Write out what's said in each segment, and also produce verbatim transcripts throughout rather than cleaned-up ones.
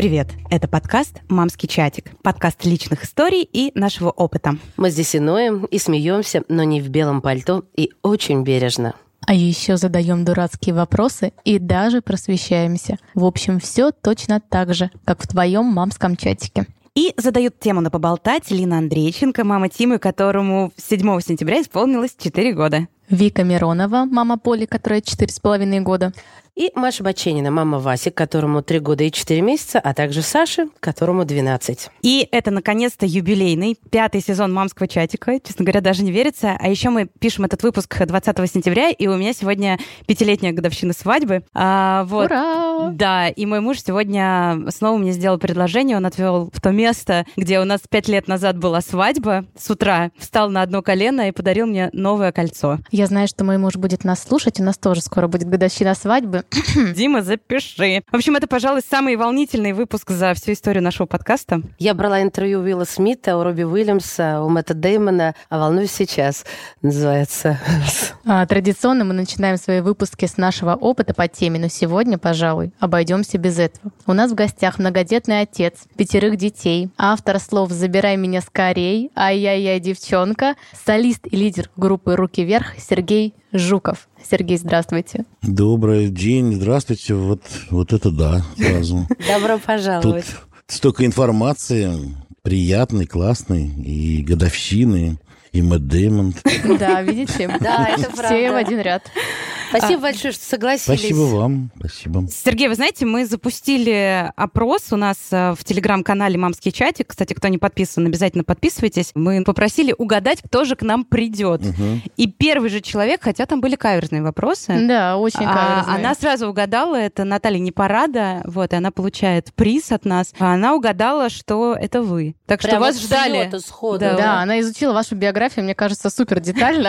Привет! Это подкаст «Мамский чатик». Подкаст личных историй и нашего опыта. Мы здесь и ноем, и смеемся, но не в белом пальто, и очень бережно. А еще задаем дурацкие вопросы и даже просвещаемся. В общем, все точно так же, как в твоем мамском чатике. И задают тему на поболтать Лина Андрейченко, мама Тимы, которому седьмого сентября исполнилось четыре года. Вика Миронова, мама Поли, которая четыре с половиной года. И Маша Баченина, мама Васи, которому три года и четыре месяца, а также Саши, которому двенадцать. И это, наконец-то, юбилейный пятый сезон мамского чатика. Честно говоря, даже не верится. А еще мы пишем этот выпуск двадцатого сентября, и у меня сегодня пятилетняя годовщина свадьбы. А, вот. Ура! Да, и мой муж сегодня снова мне сделал предложение. Он отвел в то место, где у нас пять лет назад была свадьба. С утра встал на одно колено и подарил мне новое кольцо. Я знаю, что мой муж будет нас слушать. У нас тоже скоро будет годовщина свадьбы. Дима, запиши. В общем, это, пожалуй, самый волнительный выпуск за всю историю нашего подкаста. Я брала интервью у Уилла Смита, у Робби Уильямса, у Мэтта Дэймона, а «Волнуюсь сейчас» называется. А, традиционно мы начинаем свои выпуски с нашего опыта по теме, но сегодня, пожалуй, обойдемся без этого. У нас в гостях многодетный отец, пятерых детей, автор слов «Забирай меня скорей», «Ай-яй-яй, девчонка», солист и лидер группы «Руки вверх» Сергей Жуков. Сергей, здравствуйте. Добрый день, здравствуйте. Вот, вот это да, сразу. Добро пожаловать. Тут столько информации, приятной, классной, и годовщины, и Мэтт Дэймон. Да, видите? Да, это правда. Все в один ряд. Спасибо а, большое, что согласились. Спасибо вам, спасибо. Сергей, вы знаете, мы запустили опрос у нас в телеграм-канале «Мамский чатик». Кстати, кто не подписан, обязательно подписывайтесь. Мы попросили угадать, кто же к нам придет. Угу. И первый же человек, хотя там были каверзные вопросы. Да, очень каверзные. А, она сразу угадала, это Наталья Непарада, вот, и она получает приз от нас. А она угадала, что это вы. Так что прямо вас ждали. Сходу. Да, да, она изучила вашу биографию, мне кажется, супер детально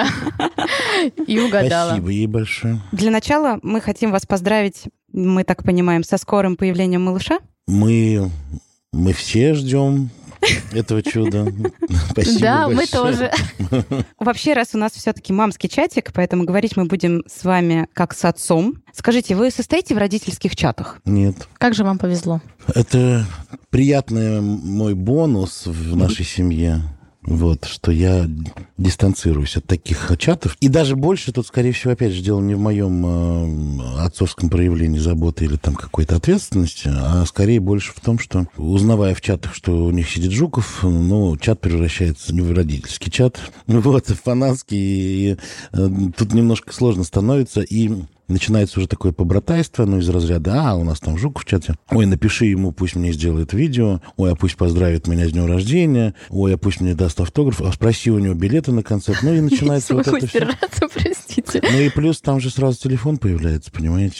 и угадала. Спасибо ей большое. Для начала мы хотим вас поздравить, мы так понимаем, со скорым появлением малыша. Мы, мы все ждем этого чуда. Спасибо да, большое. Мы тоже. Вообще, раз у нас все-таки мамский чатик, поэтому говорить мы будем с вами как с отцом. Скажите, вы состоите в родительских чатах? Нет. Как же вам повезло? Это приятный мой бонус в нашей семье. Вот, что я дистанцируюсь от таких чатов. И даже больше тут, скорее всего, опять же, дело не в моем э, отцовском проявлении заботы или там какой-то ответственности, а скорее больше в том, что, узнавая в чатах, что у них сидит Жуков, ну, чат превращается не в родительский чат, вот, в фанатский, и э, тут немножко сложно становится, и начинается уже такое побратайство, ну, из разряда, а, у нас там Жуков в чате, ой, напиши ему, пусть мне сделает видео, ой, а пусть поздравит меня с днем рождения, ой, а пусть мне даст автограф, а спроси у него билеты на концерт, ну, и начинается вот это все. Простите. Ну, и плюс там же сразу телефон появляется, понимаете?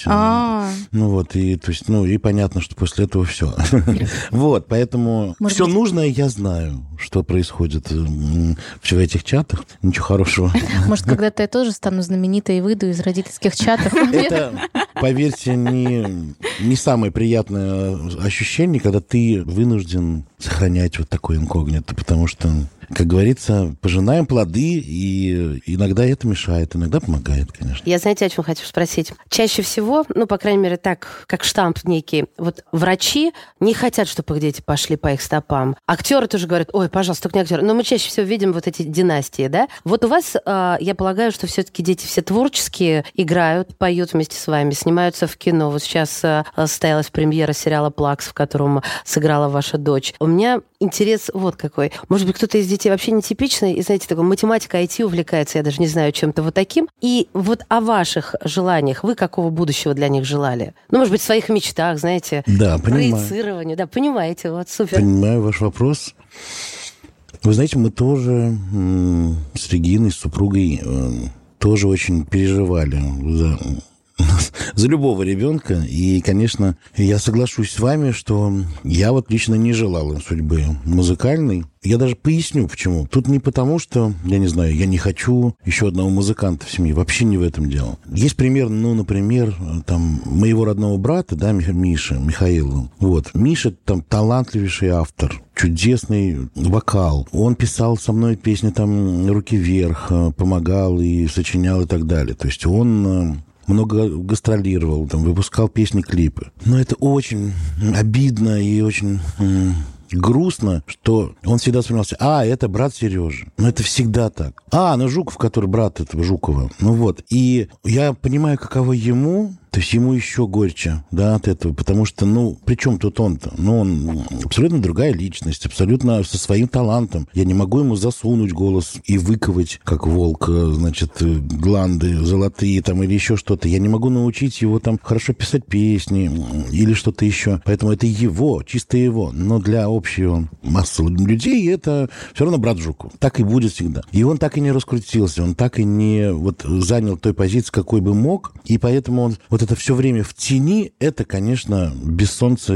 Ну, вот, и, то есть, ну, и понятно, что после этого все. Вот, поэтому все нужное я знаю, что происходит в этих чатах, ничего хорошего. Может, когда-то я тоже стану знаменитой и выйду из родительских чатов. Это, поверьте, не, не самое приятное ощущение, когда ты вынужден сохранять вот такое инкогнито, потому что, как говорится, пожинаем плоды, и иногда это мешает, иногда помогает, конечно. Я, знаете, о чем хочу спросить? Чаще всего, ну, по крайней мере, так, как штамп некий, вот врачи не хотят, чтобы их дети пошли по их стопам. Актеры тоже говорят, ой, пожалуйста, только не актеры. Но мы чаще всего видим вот эти династии, да? Вот у вас, я полагаю, что все-таки дети все творческие, играют, поют вместе с вами, снимаются в кино. Вот сейчас состоялась премьера сериала «Плакс», в котором сыграла ваша дочь. У меня интерес вот какой. Может быть, кто-то из детей вообще нетипичный, и, знаете, такой математика, ай ти увлекается, я даже не знаю, чем-то вот таким. И вот о ваших желаниях, вы какого будущего для них желали? Ну, может быть, в своих мечтах, знаете, да, проецированию. Да, понимаете, вот супер. Понимаю ваш вопрос. Вы знаете, мы тоже м- с Региной, с супругой, э, тоже очень переживали за... за любого ребенка. И, конечно, я соглашусь с вами, что я вот лично не желал судьбы музыкальной. Я даже поясню, почему. Тут не потому, что, я не знаю, я не хочу еще одного музыканта в семье. Вообще не в этом дело. Есть пример, ну, например, там, моего родного брата, да, Миша, Михаила. Вот. Миша там талантливейший автор, чудесный вокал. Он писал со мной песни там «Руки вверх», помогал и сочинял и так далее. То есть он... много гастролировал, там, выпускал песни, клипы. Но это очень обидно и очень... грустно, что он всегда вспоминался, а, это брат Сережи. Но это всегда так. А, ну Жуков, который брат этого Жукова. Ну вот. И я понимаю, каково ему, то есть ему еще горче, да, от этого, потому что, ну, при чем тут он-то? Ну, он абсолютно другая личность, абсолютно со своим талантом. Я не могу ему засунуть голос и выковать, как волк, значит, гланды золотые там или еще что-то. Я не могу научить его там хорошо писать песни или что-то еще. Поэтому это его, чисто его. Но для общей массы людей это все равно брат Жуков. Так и будет всегда. И он так и не раскрутился, он так и не вот занял той позиции, какой бы мог, и поэтому он вот это все время в тени, это, конечно, без солнца,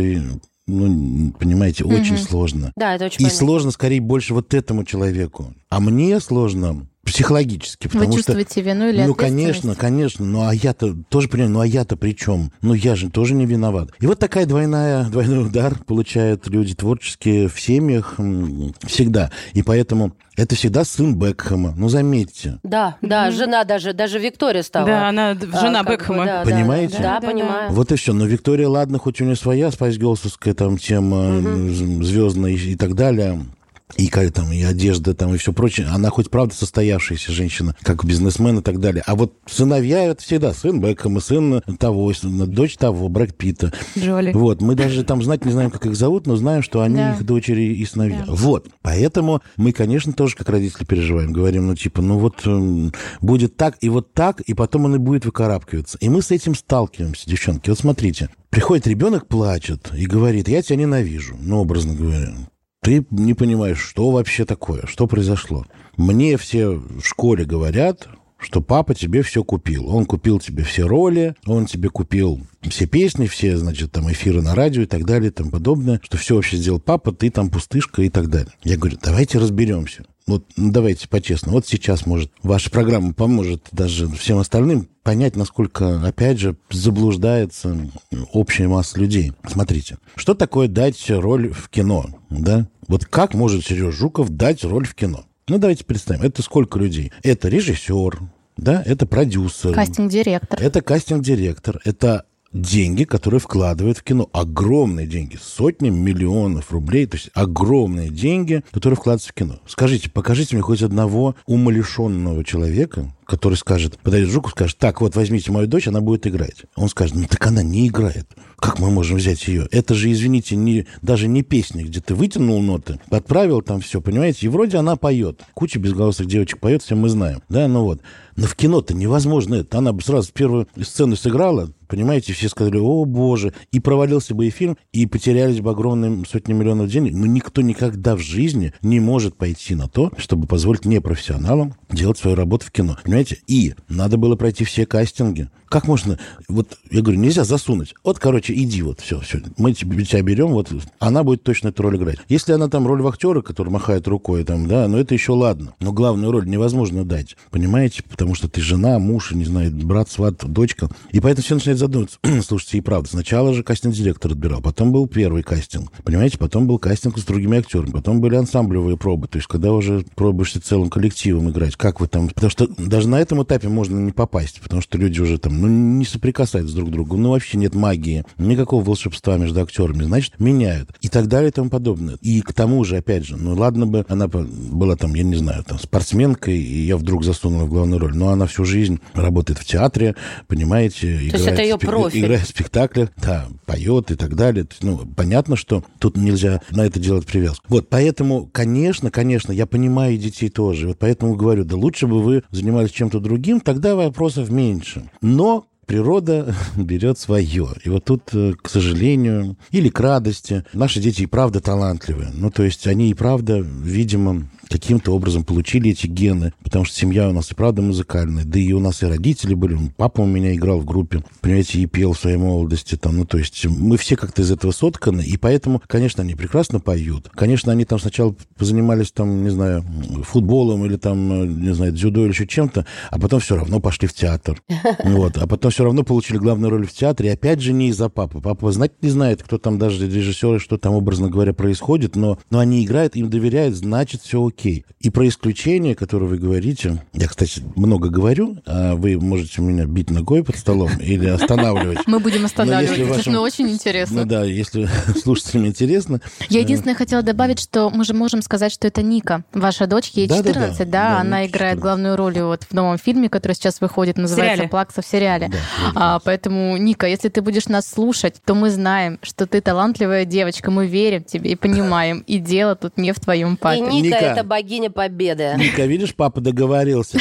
ну, понимаете, mm-hmm. очень сложно. Да, это очень И понятно. сложно, скорее, больше вот этому человеку. А мне сложно психологически, потому Вы что... чувствуете вину или Ну, ответственность? конечно, конечно. Ну, а я-то тоже понимаю, ну, а я-то при чем? Ну, я же тоже не виноват. И вот такая двойная, двойной удар получают люди творческие в семьях м, всегда. И поэтому это всегда сын Бекхэма. Ну, заметьте. Да, да, Мгм. жена даже, даже Виктория стала. Да, она д- жена А, как Бекхэма. бы, да, Понимаете? Да, да, Да, да, понимаю. Вот и все. Но Виктория, ладно, хоть у нее своя Spice Girls-овская там тема Мгм. звездная и, и так далее. И, как там, и одежда там, и все прочее. Она хоть, правда, состоявшаяся женщина, как бизнесмен и так далее. А вот сыновья — это всегда сын Бекхэма, сын того, дочь того, Брэд Питта. Джоли. Вот, мы даже там знать не знаем, как их зовут, но знаем, что они Да. их дочери и сыновья. Да. Вот, поэтому мы, конечно, тоже как родители переживаем. Говорим, ну, типа, ну вот м, будет так и вот так, и потом он и будет выкарабкиваться. И мы с этим сталкиваемся, девчонки. Вот смотрите, приходит ребенок, плачет и говорит, я тебя ненавижу, ну, образно говоря. Ты не понимаешь, что вообще такое, что произошло. Мне все в школе говорят, что папа тебе все купил. Он купил тебе все роли, он тебе купил все песни, все, значит, там эфиры на радио и так далее и тому подобное, что все вообще сделал папа, ты там пустышка и так далее. Я говорю, давайте разберемся. Вот, ну, давайте по-честному. Вот сейчас, может, ваша программа поможет даже всем остальным понять, насколько, опять же, заблуждается общая масса людей. Смотрите, что такое дать роль в кино, да? Вот как может Сережа Жуков дать роль в кино? Ну, давайте представим, это сколько людей? Это режиссер, да, это продюсер. Кастинг-директор. Это кастинг-директор, это деньги, которые вкладывают в кино. Огромные деньги, сотни миллионов рублей, то есть огромные деньги, которые вкладываются в кино. Скажите, покажите мне хоть одного умалишенного человека, который скажет, подойдет Жуков, скажет, так, вот возьмите мою дочь, она будет играть. Он скажет, ну так она не играет. Как мы можем взять ее? Это же, извините, не, даже не песня, где ты вытянул ноты, подправил там все, понимаете? И вроде она поет. Куча безголосых девочек поет, все мы знаем. Да, ну вот. Но в кино-то невозможно это. Она бы сразу первую сцену сыграла, понимаете, все сказали, о боже, и провалился бы и фильм, и потерялись бы огромные сотни миллионов денег. Но никто никогда в жизни не может пойти на то, чтобы позволить непрофессионалам делать свою работу в кино. Понимаете? И надо было пройти все кастинги. Как можно... Вот, я говорю, нельзя засунуть. Вот, короче, иди вот, все, все. Мы тебя, тебя берем, вот, она будет точно эту роль играть. Если она там роль вахтера, который махает рукой, там, да, ну это еще ладно. Но главную роль невозможно дать. Понимаете? Потому что ты жена, муж, не знаю, брат, сват, дочка. И поэтому все начинают задумываться. Слушайте, и правда, сначала же кастинг-директор отбирал, потом был первый кастинг. Понимаете? Потом был кастинг с другими актерами, потом были ансамблевые пробы. То есть, когда уже пробуешься целым коллективом играть, как вы там... Потому что даже на этом этапе можно не попасть, потому что люди уже там, ну, не соприкасаются друг к другу, ну, вообще нет магии, никакого волшебства между актерами, значит, меняют. И так далее и тому подобное. И к тому же, опять же, ну, ладно бы она была там, я не знаю, там, спортсменкой, и я вдруг засунул в главную роль, но она всю жизнь работает в театре, понимаете, То есть это ее спек... профиль. играет в спектаклях, да, поет и так далее. То есть, ну, понятно, что тут нельзя на это делать привязку. Вот, поэтому, конечно, конечно, я понимаю и детей тоже. Вот поэтому говорю, да лучше бы вы занимались чем-то другим, тогда вопросов меньше. Но природа берет свое. И вот тут, к сожалению, или к радости, наши дети и правда талантливые. Ну, то есть они и правда, видимо, каким-то образом получили эти гены, потому что семья у нас и правда музыкальная, да и у нас и родители были, папа у меня играл в группе, понимаете, и пел в своей молодости, там, ну, то есть мы все как-то из этого сотканы, и поэтому, конечно, они прекрасно поют, конечно, они там сначала позанимались, там, не знаю, футболом или там, не знаю, дзюдо или еще чем-то, а потом все равно пошли в театр, вот, а потом все все равно получили главную роль в театре. И опять же не из-за папы. Папа знать не знает, кто там даже режиссеры, что там, образно говоря, происходит, но, но они играют, им доверяют, значит, все окей. И про исключение, которое вы говорите, я, кстати, много говорю, а вы можете меня бить ногой под столом или останавливать. Мы будем останавливать, это вашим... же очень интересно. Ну да, если слушателям интересно. Я единственное хотела добавить, что мы же можем сказать, что это Ника, ваша дочь, ей четырнадцать, да, да, да, она играет четырнадцать. Главную роль вот в новом фильме, который сейчас выходит, называется «Плакса» в сериале. Да, а, поэтому, Ника, если ты будешь нас слушать, то мы знаем, что ты талантливая девочка, мы верим тебе и понимаем, и дело тут не в твоем папе. И Ника, Ника — это богиня победы. Ника, видишь, папа договорился,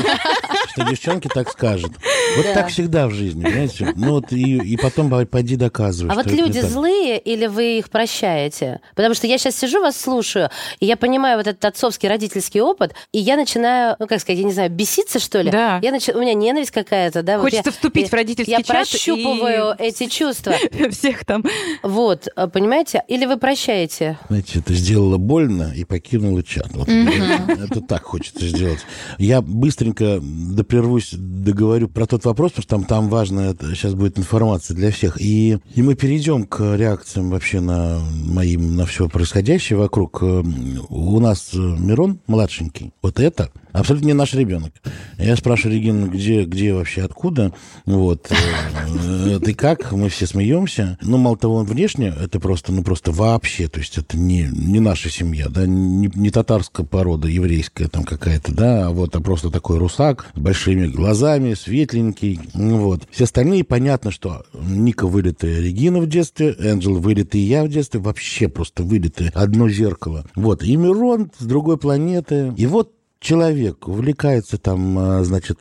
что девчонки так скажут. Вот да. Так всегда в жизни, понимаете? Ну вот и, и потом пойди доказывай. А вот люди злые или вы их прощаете? Потому что я сейчас сижу, вас слушаю, и я понимаю вот этот отцовский родительский опыт, и я начинаю, ну как сказать, я не знаю, беситься, что ли? Да. Я нач... У меня ненависть какая-то, да? Хочется вот я, вступить я, в родительский я чат. Я прощупываю и... эти чувства. Всех там. Вот, понимаете? Или вы прощаете? Знаете, это сделало больно и покинула чат. Вот mm-hmm. Это так хочется сделать. Я быстренько допрервусь, договорю про тот вопрос, потому что там, там важно, сейчас будет информация для всех. И, и мы перейдем к реакциям вообще на моим, на все происходящее вокруг. У нас Мирон младшенький. Вот это абсолютно не наш ребенок. Я спрашиваю Регину, где, где вообще, откуда? Вот. Ты как? Мы все смеемся. Ну, мало того, он внешне, это просто, ну, просто вообще, то есть это не, не наша семья, да, не, не татарская порода, еврейская там какая-то, да, а вот, а просто такой русак с большими глазами, светленький, вот. Все остальные, понятно, что Ника вылитая Регина в детстве, Энджел вылитый я в детстве, вообще просто вылитые, одно зеркало. Вот. И Мирон с другой планеты. И вот человек увлекается там, значит,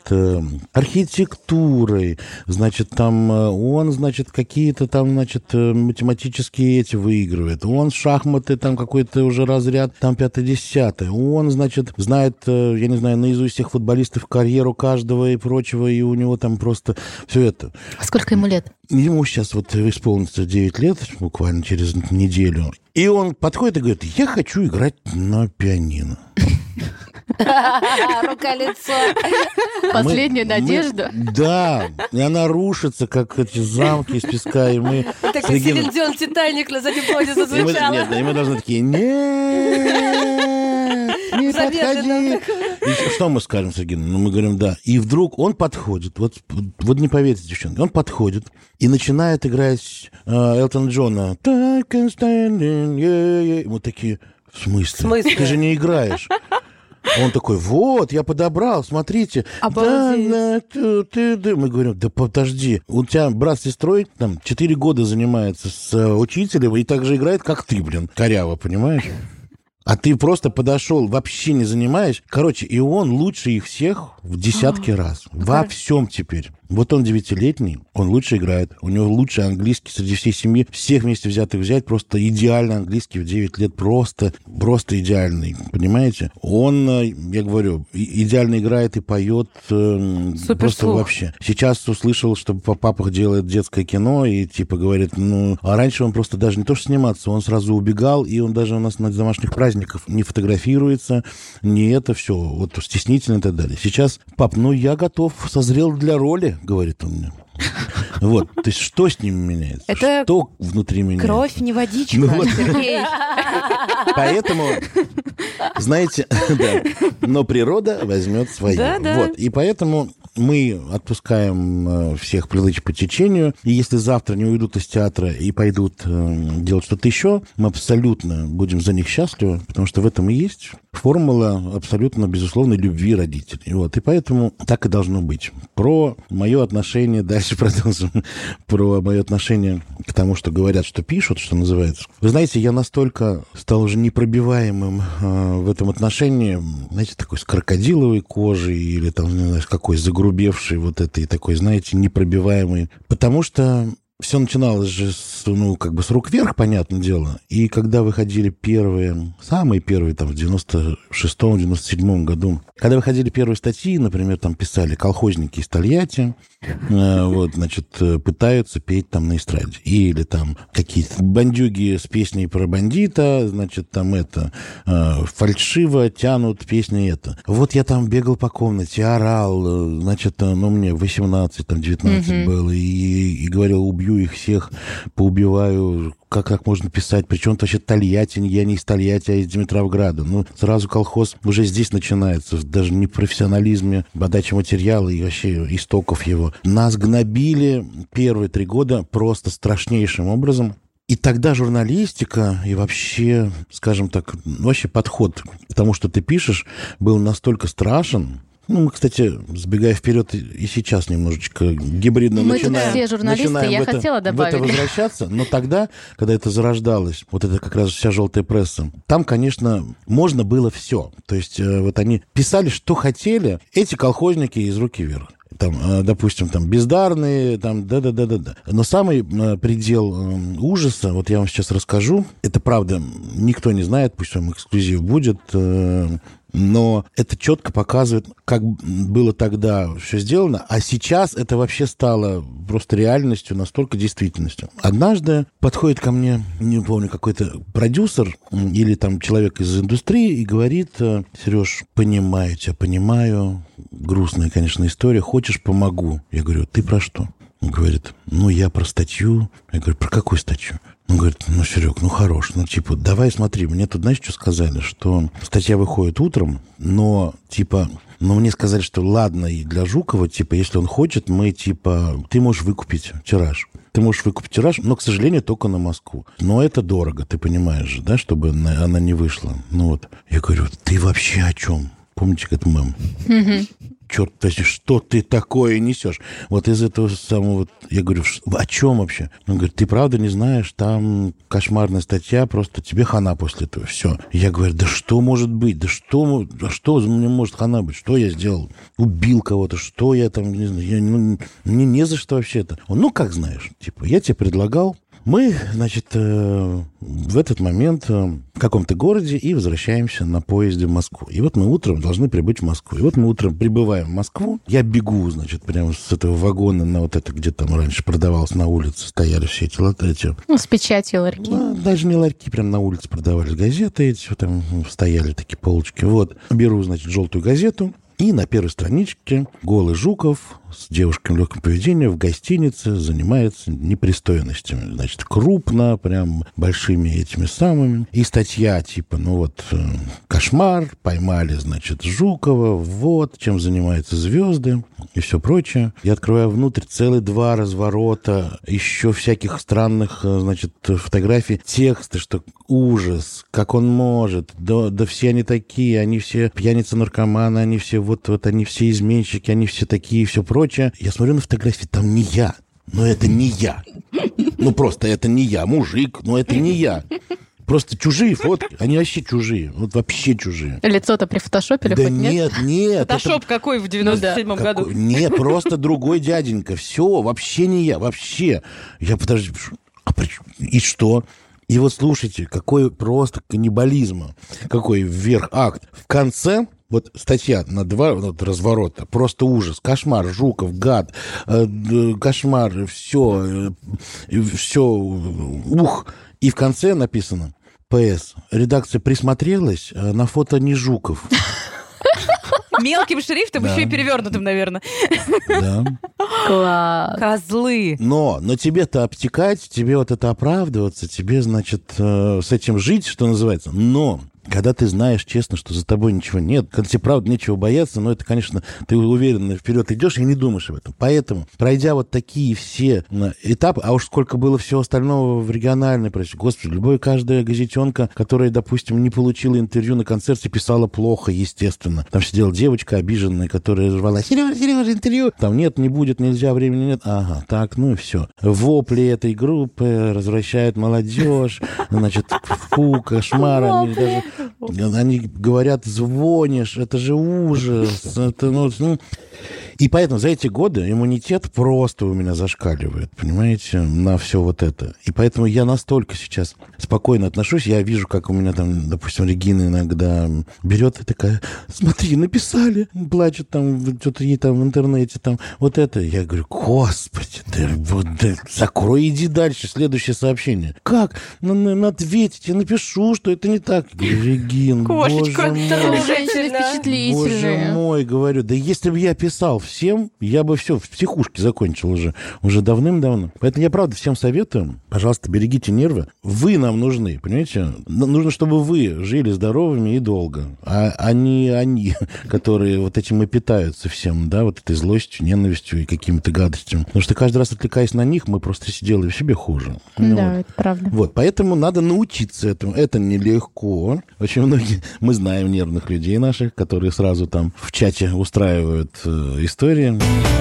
архитектурой, значит, там он, значит, какие-то там, значит, математические эти выигрывает, он шахматы там какой-то уже разряд, там пятый-десятый, он, значит, знает, я не знаю, наизусть всех футболистов, карьеру каждого и прочего, и у него там просто все это. Сколько ему лет? Ему сейчас вот исполнится девять лет, буквально через неделю, и он подходит и говорит: я хочу играть на пианино. Рука-лицо. Последняя мы, надежда. Мы, да, и она рушится, как эти замки из песка, и мы... Так как Селин Дион «Титаник» на заднем фоне зазвучала. Нет, и мы должны такие: нет, не подходи. И что мы скажем с Региной? Ну, мы говорим: да. И вдруг он подходит, вот, вот не поверите, девчонки, он подходит и начинает играть э, Элтона Джона. Мы такие: в смысле? В смысле? Ты же не играешь. Он такой: вот, я подобрал, смотрите. Обалдеть. Да, да, ты, ты, ты. Мы говорим: да подожди, у тебя брат с сестрой там четыре года занимается с uh, учителем и так же играет, как ты, блин, коряво, понимаешь? А ты просто подошел, вообще не занимаешь. Короче, и он лучше их всех в десятки а, раз. Во как... всем теперь. Вот он девятилетний, он лучше играет. У него лучший английский среди всей семьи. Всех вместе взятых взять, просто идеальный английский в девять лет. Просто, просто идеальный, понимаете? Он, я говорю, идеально играет и поет. Супер просто слух. Вообще. Сейчас услышал, что папа делает детское кино и типа говорит, ну... А раньше он просто даже не то что сниматься, он сразу убегал, и он даже у нас на домашних праздниках не фотографируется, не это все, вот стеснительно и так далее. Сейчас: пап, ну я готов, созрел для роли, говорит он мне. Вот, то есть что с ним меняется? Это что внутри меня? Кровь, не водичка. Ну, вот. Поэтому, знаете, да, но природа возьмет свое. Да, да. Вот, и поэтому мы отпускаем всех плыть по течению, и если завтра не уйдут из театра и пойдут делать что-то еще, мы абсолютно будем за них счастливы, потому что в этом и есть формула абсолютно безусловной любви родителей. Вот, и поэтому так и должно быть. Про мое отношение, дальше продолжим, про мое отношение к тому, что говорят, что пишут, что называется. Вы знаете, я настолько стал уже непробиваемым э, в этом отношении, знаете, такой с крокодиловой кожей или там, не знаю, какой загрубевший вот этой такой, знаете, непробиваемый. Потому что все начиналось же с, ну, как бы с рук вверх, понятное дело. И когда выходили первые, самые первые, там, в девяносто шестом - девяносто седьмом году, когда выходили первые статьи, например, там писали колхозники из Тольятти, э, вот, значит, пытаются петь там на эстраде. Или там какие-то бандюги с песней про бандита, значит, там это, э, фальшиво тянут песни это. Вот я там бегал по комнате, орал, значит, ну, мне восемнадцать, там, девятнадцать mm-hmm. было, и, и говорил, убью их всех, поубиваю. Как так можно писать? Причем это вообще Тольятти, я не из Тольятти, а из Димитровграда. Ну, сразу колхоз уже здесь начинается, даже не в профессионализме подачи материала и вообще истоков его. Нас гнобили первые три года просто страшнейшим образом. И тогда журналистика и вообще, скажем так, вообще подход к тому, что ты пишешь, был настолько страшен. Ну, мы, кстати, сбегая вперед, и сейчас немножечко гибридно мы начинаем, все журналисты, начинаем я в, это, хотела добавить. в это возвращаться. Но тогда, когда это зарождалось, вот это как раз вся желтая пресса, там, конечно, можно было все. То есть вот они писали, что хотели, эти колхозники из руки вверх. Там, допустим, там бездарные, там, да-да-да-да-да. Но самый предел ужаса, вот я вам сейчас расскажу, это правда, никто не знает, пусть вам эксклюзив будет, но это четко показывает, как было тогда все сделано, а сейчас это вообще стало просто реальностью, настолько действительностью. Однажды подходит ко мне, не помню, какой-то продюсер или там человек из индустрии и говорит: Сереж, понимаю тебя, понимаю, грустная, конечно, история, хочешь, помогу? Я говорю: ты про что? Он говорит: ну, я про статью. Я говорю: про какую статью? Он говорит: ну, Серег, ну, хорош, ну, типа, давай смотри, мне тут, знаешь, что сказали? Что статья выходит утром, но, типа, ну, мне сказали, что ладно, и для Жукова, типа, если он хочет, мы, типа, ты можешь выкупить тираж. Ты можешь выкупить тираж, но, к сожалению, только на Москву. Но это дорого, ты понимаешь же, да, чтобы она, она не вышла. Ну, вот. Я говорю: ты вообще о чем? Помните, как это мама? Черт, что ты такое несешь? Вот из этого самого... Я говорю: о чем вообще? Он говорит: ты правда не знаешь? Там кошмарная статья, просто тебе хана после этого. Все. Я говорю: да что может быть? Да что, что мне может хана быть? Что я сделал? Убил кого-то? Что я там... Не знаю, я, ну, мне не за что вообще-то. Он: ну, как знаешь. Типа, я тебе предлагал. Мы, значит, э, в этот момент э, в каком-то городе и возвращаемся на поезде в Москву. И вот мы утром должны прибыть в Москву. И вот мы утром прибываем в Москву. Я бегу, значит, прямо с этого вагона на вот это, где там раньше продавалось на улице, стояли все эти ларьки. Ну, с печатью ларьки. Ну, даже не ларьки, прям на улице продавались газеты эти, там стояли такие полочки. Вот. Беру, значит, желтую газету. И на первой страничке голый Жуков с девушкой легкого поведения в гостинице занимается непристойностями. Значит, крупно, прям большими этими самыми. И статья типа, ну вот, кошмар, поймали, значит, Жукова, вот, чем занимаются звезды и все прочее. Я открываю внутрь целые два разворота, еще всяких странных, значит, фотографий, тексты, что ужас, как он может, да, да все они такие, они все пьяницы-наркоманы, они все вот, вот они все изменщики, они все такие и все прочее. Я смотрю на фотографии, там не я. Но это не я. Ну, просто это не я. Мужик, но это не я. Просто чужие фотки. Они вообще чужие. Вот вообще чужие. Лицо-то прифотошопили, да хоть нет? нет, нет. Фотошоп это... какой в девяносто седьмом году? Какой? Нет, просто другой дяденька. Все, вообще не я. Вообще. Я, подожди, а при... и что? И вот слушайте, какой просто каннибализм. Какой вверх акт. В конце... Вот статья на два вот, разворота. Просто ужас. Кошмар. Жуков, гад. Э, кошмар. Все. Э, все. Ух. И в конце написано: ПС. Редакция присмотрелась. А на фото не Жуков. Мелким шрифтом, да. Еще и перевернутым, наверное. Да. Класс. Козлы. Но, но тебе-то обтекать, тебе вот это оправдываться, тебе, значит, э, с этим жить, что называется. Но... Когда ты знаешь честно, что за тобой ничего нет, когда тебе, правда, нечего бояться, но это, конечно, ты уверенно вперед идешь и не думаешь об этом. Поэтому, пройдя вот такие все этапы, а уж сколько было всего остального в региональной прессе, господи, любая каждая газетенка, которая, допустим, не получила интервью на концерте, писала плохо, естественно. Там сидела девочка обиженная, которая рвала: Сережа, Сережа, интервью. Там нет, не будет, нельзя, времени нет. Ага, так, ну и все. Вопли этой группы развращают молодежь, значит, фу, кошмар, они даже... Они говорят, звонишь, это же ужас. Это, ну, ну... И поэтому за эти годы иммунитет просто у меня зашкаливает, понимаете, на все вот это. И поэтому я настолько сейчас спокойно отношусь. Я вижу, как у меня там, допустим, Регина иногда берет и такая, смотри, написали, плачет там, что-то ей там в интернете, там, вот это. Я говорю, господи, да, вот, да, закрой, иди дальше, следующее сообщение. Как? Ну, на, ответить, я напишу, что это не так. Регин, Кошечка, боже мой. Женщины впечатлительные. Боже мой, говорю, да если бы я писал всем, я бы все в психушке закончил уже, уже давным-давно. Поэтому я, правда, всем советую, пожалуйста, берегите нервы. Вы нам нужны, понимаете? Нужно, чтобы вы жили здоровыми и долго, а, а не они, которые вот этим и питаются всем, да, вот этой злостью, ненавистью и какими-то гадостями. Потому что каждый раз, отвлекаясь на них, мы просто делаем себе хуже. Ну, да, вот. Это правда. Вот, поэтому надо научиться этому. Это нелегко. Очень многие, мы знаем нервных людей наших, которые сразу там в чате устраивают э, истории.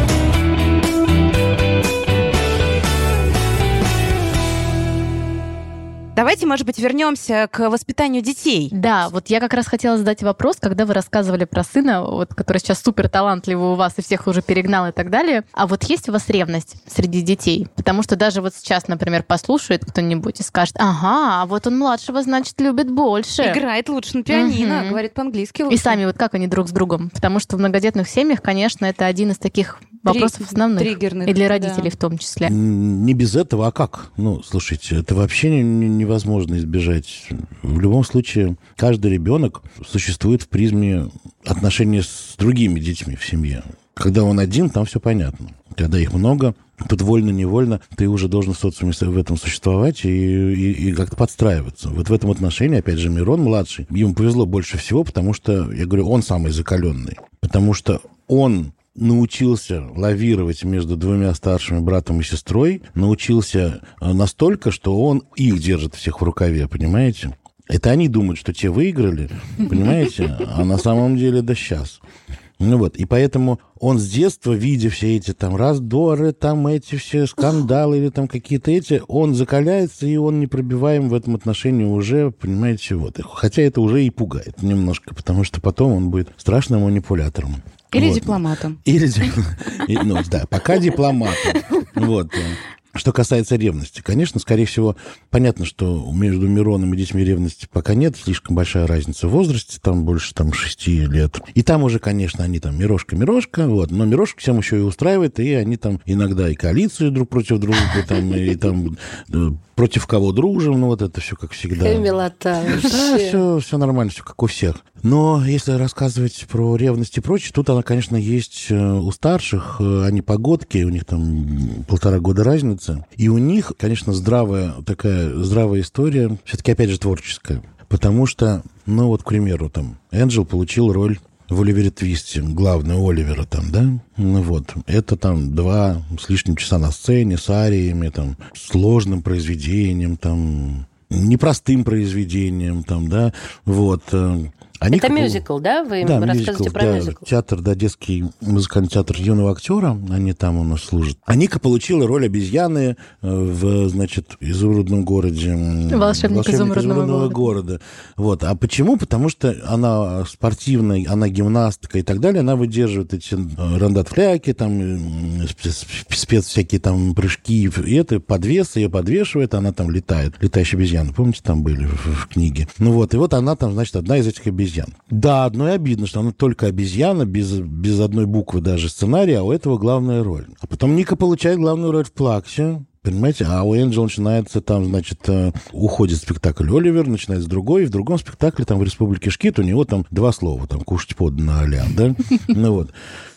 Давайте, может быть, вернемся к воспитанию детей. Да, вот я как раз хотела задать вопрос, когда вы рассказывали про сына, вот, который сейчас супер талантливый у вас и всех уже перегнал и так далее. А вот есть у вас ревность среди детей? Потому что даже вот сейчас, например, послушает кто-нибудь и скажет, ага, а вот он младшего, значит, любит больше. Играет лучше на пианино, Угу. говорит по-английски лучше. И сами вот как они друг с другом? Потому что в многодетных семьях, конечно, это один из таких вопросов Три- основных. триггерных, И для да. родителей в том числе. Не без этого, а как? Ну, слушайте, это вообще не- не- невозможно избежать. В любом случае, каждый ребенок существует в призме отношений с другими детьми в семье. Когда он один, там все понятно. Когда их много, тут вольно-невольно ты уже должен в социуме в этом существовать и, и, и как-то подстраиваться. Вот в этом отношении, опять же, Мирон младший, ему повезло больше всего, потому что, я говорю, он самый закаленный. Потому что он научился лавировать между двумя старшими братом и сестрой, научился настолько, что он их держит всех в рукаве, понимаете? Это они думают, что те выиграли, понимаете? А на самом деле, да сейчас. Ну вот, и поэтому он с детства, видя все эти там раздоры, там эти все скандалы или там какие-то эти, он закаляется, и он непробиваем в этом отношении уже, понимаете, вот. Хотя это уже и пугает немножко, потому что потом он будет страшным манипулятором. Или вот. дипломатом. Или дипломатом. Ну, да, пока дипломатом. Вот. Что касается ревности, конечно, скорее всего, понятно, что между Мироном и детьми ревности пока нет, слишком большая разница в возрасте, там больше там шести лет. И там уже, конечно, они там Мирошка-Мирошка, вот, но Мирошка всем еще и устраивает, и они там иногда и коалицию друг против друга, там, и там против кого дружим, ну вот это все как всегда. Какая милота вообще. Да, все, все нормально, все как у всех. Но если рассказывать про ревность и прочее, тут она, конечно, есть у старших, они погодки, у них там полтора года разница. И у них, конечно, здравая такая здравая история, все-таки, опять же, творческая. Потому что, ну вот, к примеру, там, Энджел получил роль в Оливере Твисте, главный Оливера там, да? Ну вот, это там два с лишним часа на сцене, с ариями, там, сложным произведением, там, непростым произведением, там, да, вот. Они это как... мюзикл, да? Вы да, рассказываете мюзикл, про да, мюзикл. Театр, да, детский музыкальный театр юного актера, они там у нас служат. А Ника получила роль обезьяны в, значит, изумрудном городе. Волшебник, Волшебник изумрудного, изумрудного города. города. Вот. А почему? Потому что она спортивная, она гимнастка и так далее, она выдерживает эти рандатфляки, там, спец всякие там прыжки, и это подвес, ее подвешивает, она там летает. Летающие обезьяны, помните, там были в, в книге? Ну вот, и вот она там, значит, одна из этих обезьян. Да, одно и обидно, что она только обезьяна, без, без одной буквы даже сценария, а у этого главная роль. А потом Ника получает главную роль в «Плаксе». Понимаете? А у Энджела начинается там, значит, уходит спектакль «Оливер», начинается другой, и в другом спектакле, там, в «Республике Шкит», у него там два слова, там, «кушать подано а-ля», да? Ну вот.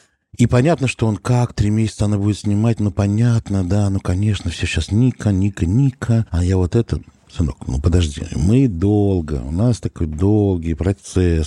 И понятно, что он как, три месяца она будет снимать, ну понятно, да, ну конечно, все сейчас Ника, Ника, Ника, а я вот это... Сынок, ну подожди, мы долго, у нас такой долгий процесс,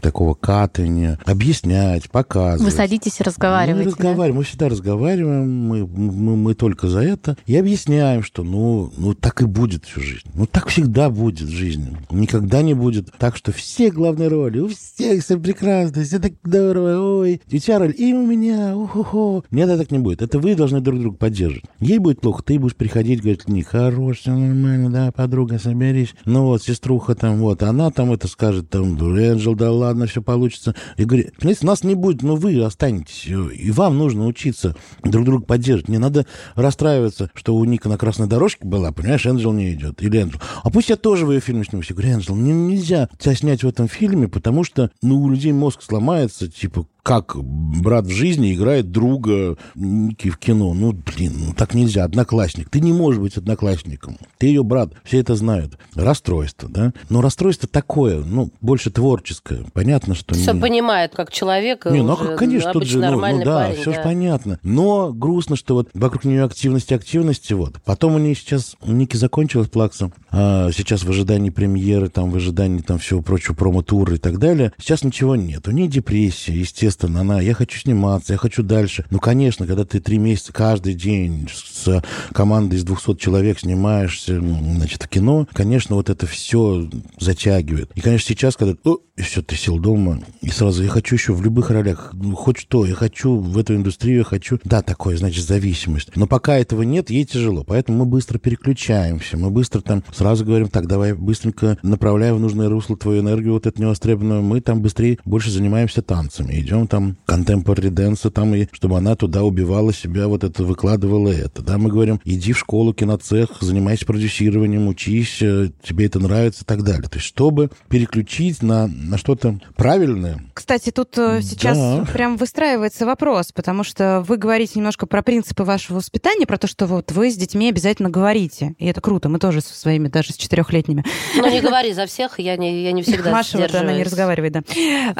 такого катания, объяснять, показывать. Вы садитесь и разговариваете, Мы разговариваем, да? мы всегда разговариваем, мы, мы, мы только за это. И объясняем, что ну, ну так и будет всю жизнь. Ну так всегда будет в жизни. Никогда не будет так, что все главные роли, у всех все прекрасно, все так здорово, ой, и у тебя роль, и у меня, уху-ху. Нет, это так не будет. Это вы должны друг друга поддерживать. Ей будет плохо, ты будешь приходить, говорить, не, хорош, все нормально, да, подруга, соберись. Ну вот, сеструха там, вот, она там это скажет, там, Энджел, да ладно, все получится. И говорит, понимаете, нас не будет, но вы останетесь, и вам нужно учиться друг друга поддерживать. Не надо расстраиваться, что у Ника на красной дорожке была, понимаешь, Энджел не идет. Или Энджел. А пусть я тоже в ее фильме снимусь. Я говорю, Энджел, мне нельзя тебя снять в этом фильме, потому что, ну, у людей мозг сломается, типа, как брат в жизни играет друга Ники в кино. Ну, блин, ну так нельзя. Одноклассник. Ты не можешь быть одноклассником. Ты ее брат. Все это знают. Расстройство, да? Но расстройство такое, ну, больше творческое. Понятно, что... Все не... понимают, как человек. Не, ну, уже конечно, тут же, ну, ну да, парень, все да. же понятно. Но грустно, что вот вокруг нее активности, активности, вот. Потом у нее сейчас, у Ники закончилась плакса. А сейчас в ожидании премьеры, там, в ожидании там всего прочего, промо-тура и так далее. Сейчас ничего нет. У нее депрессия, естественно. Она, я хочу сниматься, я хочу дальше. Ну, конечно, когда ты три месяца каждый день с командой из двухсот человек снимаешься, значит, в кино, конечно, вот это все затягивает. И, конечно, сейчас, когда о, и все, ты сел дома, и сразу я хочу еще в любых ролях, ну, хоть что, я хочу в эту индустрию, я хочу... Да, такое, значит, зависимость. Но пока этого нет, ей тяжело. Поэтому мы быстро переключаемся, мы быстро там сразу говорим, так, давай быстренько направляем в нужное русло твою энергию, вот эту невостребованную. Мы там быстрее больше занимаемся танцами, идем там contemporary dance, там, и чтобы она туда убивала себя, вот это, выкладывала это. Да, мы говорим, иди в школу, киноцех, занимайся продюсированием, учись, тебе это нравится и так далее. То есть, чтобы переключить на, на что-то правильное. Кстати, тут э, сейчас Да. прям выстраивается вопрос, потому что вы говорите немножко про принципы вашего воспитания, про то, что вот вы с детьми обязательно говорите. И это круто. Мы тоже со своими, даже с четырехлетними. Ну, не говори за всех, я не, я не всегда Маша, вот она не разговаривает, да.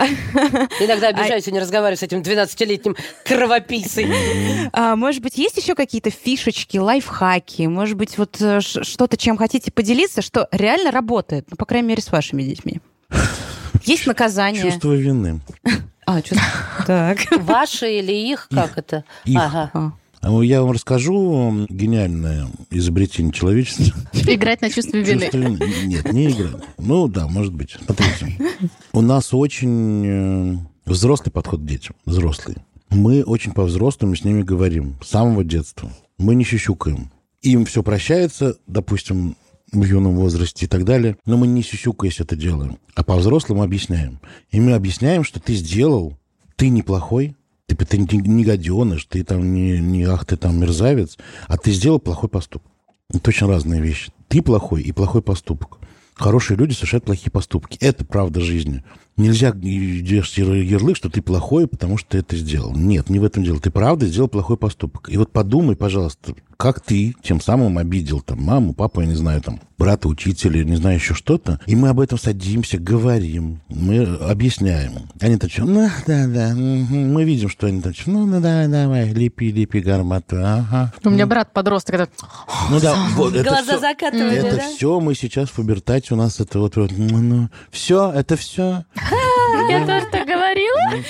Иногда обижаюсь и не разговариваю с этим двенадцатилетним кровопийцей. А, может быть, есть еще какие-то фишечки, лайфхаки? Может быть, вот э, ш- что-то, чем хотите поделиться, что реально работает? Ну, по крайней мере, с вашими детьми. Есть наказание. Чувство вины. А, чувство. Так. Ваши или их, как это? Их. Ага. А. А Я вам расскажу гениальное изобретение человечества. Играть на чувстве вины. Чувство вины. Нет, не играть. Ну да, может быть. Смотрите. У нас очень э, взрослый подход к детям. Взрослый. Мы очень по-взрослому с ними говорим. С самого детства. Мы не щущукаем. Им все прощается, допустим, в юном возрасте и так далее. Но мы не сюсюкаясь это делаем. А по-взрослому объясняем. И мы объясняем, что ты сделал, ты неплохой, ты, ты не, не гаденыш, ты там не, не ах, ты там мерзавец, а ты сделал плохой поступок. Это очень разные вещи. Ты плохой и плохой поступок. Хорошие люди совершают плохие поступки. Это правда жизни. Нельзя держать ярлык, что ты плохой, потому что ты это сделал. Нет, не в этом дело. Ты правда сделал плохой поступок. И вот подумай, пожалуйста, как ты тем самым обидел там маму, папу, я не знаю, там брата, учителя, не знаю, еще что-то. И мы об этом садимся, говорим, мы объясняем. Они там что, ну, да, да, угу. Мы видим, что они там что, ну, ну, давай, давай, лепи, лепи гармату, ага. У меня брат подросток, это... Ну да, вот это Глаза все, закатывали, это да? все мы сейчас в пубертате, у нас это вот, вот ну, ну, все, это все. Я тоже так говорила.